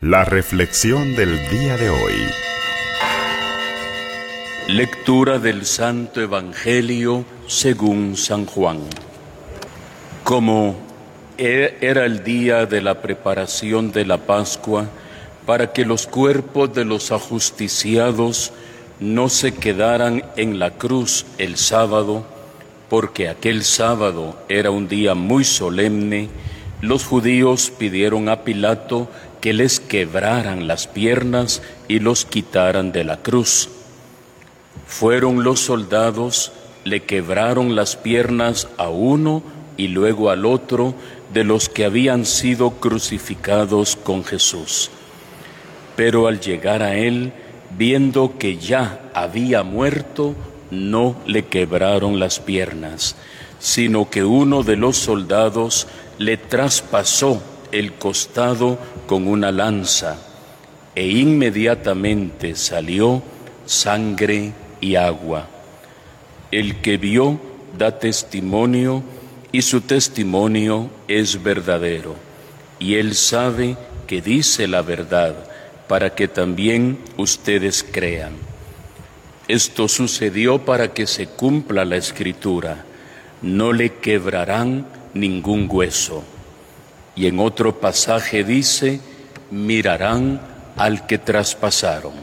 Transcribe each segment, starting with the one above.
La reflexión del día de hoy. Lectura del Santo Evangelio según San Juan. Como era el día de la preparación de la Pascua, para que los cuerpos de los ajusticiados no se quedaran en la cruz el sábado, porque aquel sábado era un día muy solemne, los judíos pidieron a Pilato que les quebraran las piernas y los quitaran de la cruz. Fueron los soldados, le quebraron las piernas a uno y luego al otro de los que habían sido crucificados con Jesús. Pero al llegar a él, viendo que ya había muerto, no le quebraron las piernas, sino que uno de los soldados le traspasó el costado con una lanza, e inmediatamente salió sangre y agua. El que vio da testimonio, y su testimonio es verdadero, y él sabe que dice la verdad, para que también ustedes crean. Esto sucedió para que se cumpla la Escritura: no le quebrarán ningún hueso. Y en otro pasaje dice: mirarán al que traspasaron.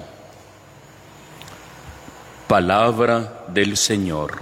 Palabra del Señor.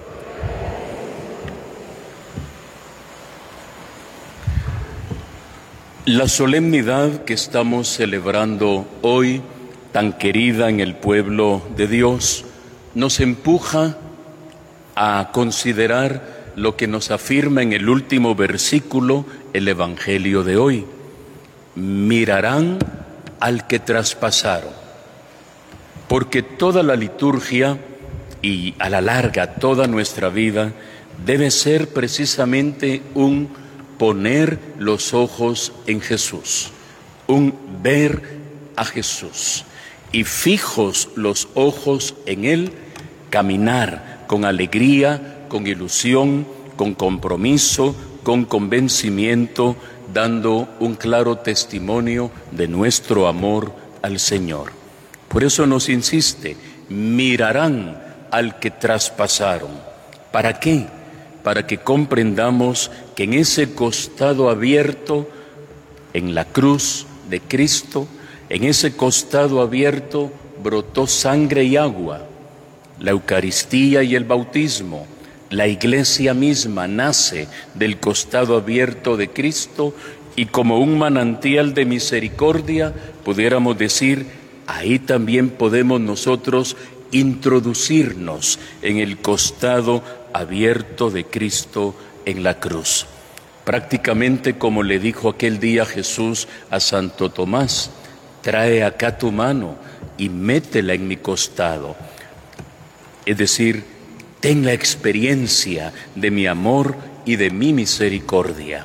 La solemnidad que estamos celebrando hoy, tan querida en el pueblo de Dios, nos empuja a considerar lo que nos afirma en el último versículo el Evangelio de hoy: mirarán al que traspasaron. Porque toda la liturgia y a la larga toda nuestra vida debe ser precisamente un poner los ojos en Jesús, un ver a Jesús, y fijos los ojos en Él, caminar con alegría, con ilusión, con compromiso, con convencimiento, dando un claro testimonio de nuestro amor al Señor. Por eso nos insiste: mirarán al que traspasaron. ¿Para qué? Para que comprendamos que en ese costado abierto, en la cruz de Cristo, en ese costado abierto brotó sangre y agua. La Eucaristía y el bautismo, la Iglesia misma nace del costado abierto de Cristo, y como un manantial de misericordia, pudiéramos decir, ahí también podemos nosotros introducirnos en el costado abierto de Cristo en la cruz. Prácticamente como le dijo aquel día Jesús a Santo Tomás: trae acá tu mano y métela en mi costado. Es decir, ten la experiencia de mi amor y de mi misericordia.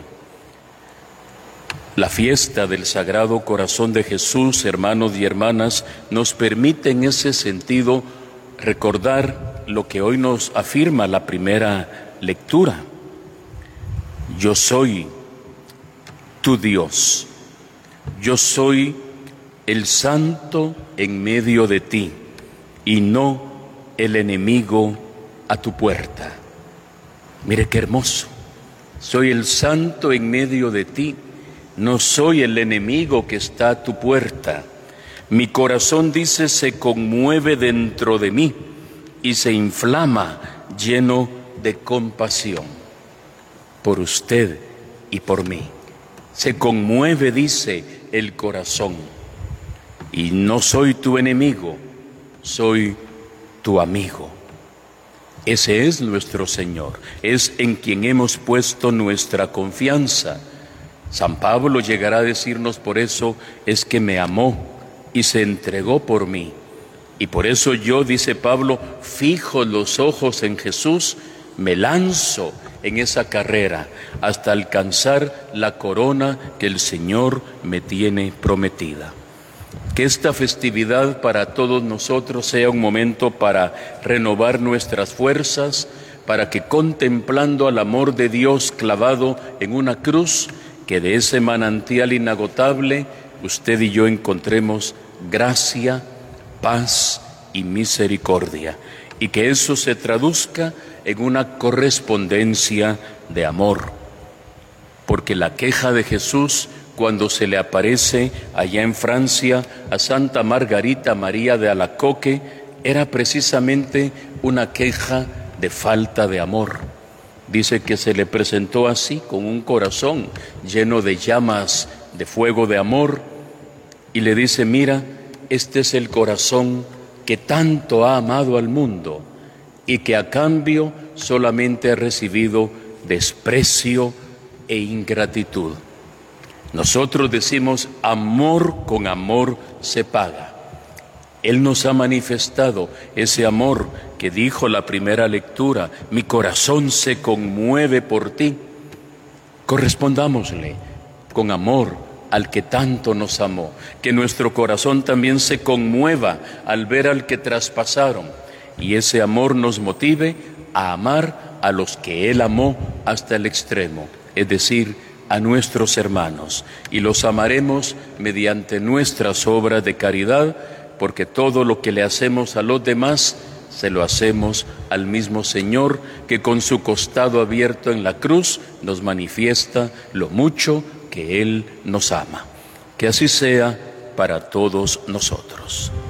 La fiesta del Sagrado Corazón de Jesús, hermanos y hermanas, nos permite en ese sentido recordar lo que hoy nos afirma la primera lectura: yo soy tu Dios, yo soy el santo en medio de ti, y no el enemigo a tu puerta. Mire qué hermoso: soy el santo en medio de ti, no soy el enemigo que está a tu puerta. Mi corazón, dice, se conmueve dentro de mí y se inflama lleno de compasión por usted y por mí. Se conmueve, dice, el corazón. Y no soy tu enemigo, soy tu amigo. Ese es nuestro Señor, es en quien hemos puesto nuestra confianza. San Pablo llegará a decirnos por eso: es que me amó y se entregó por mí. Y por eso yo, dice Pablo, fijo los ojos en Jesús, me lanzo en esa carrera hasta alcanzar la corona que el Señor me tiene prometida. Que esta festividad para todos nosotros sea un momento para renovar nuestras fuerzas, para que, contemplando al amor de Dios clavado en una cruz, que de ese manantial inagotable usted y yo encontremos gracia, paz y misericordia, y que eso se traduzca en una correspondencia de amor. Porque la queja de Jesús, cuando se le aparece allá en Francia a Santa Margarita María de Alacoque, era precisamente una queja de falta de amor. Dice que se le presentó así, con un corazón lleno de llamas de fuego de amor, y le dice: mira, este es el corazón que tanto ha amado al mundo y que a cambio solamente ha recibido desprecio e ingratitud. Nosotros decimos: amor con amor se paga. Él nos ha manifestado ese amor que dijo la primera lectura: mi corazón se conmueve por ti. Correspondámosle con amor al que tanto nos amó, que nuestro corazón también se conmueva al ver al que traspasaron, y ese amor nos motive a amar a los que Él amó hasta el extremo, es decir, a nuestros hermanos, y los amaremos mediante nuestras obras de caridad, porque todo lo que le hacemos a los demás se lo hacemos al mismo Señor, que con su costado abierto en la cruz nos manifiesta lo mucho que Él nos ama. Que así sea para todos nosotros.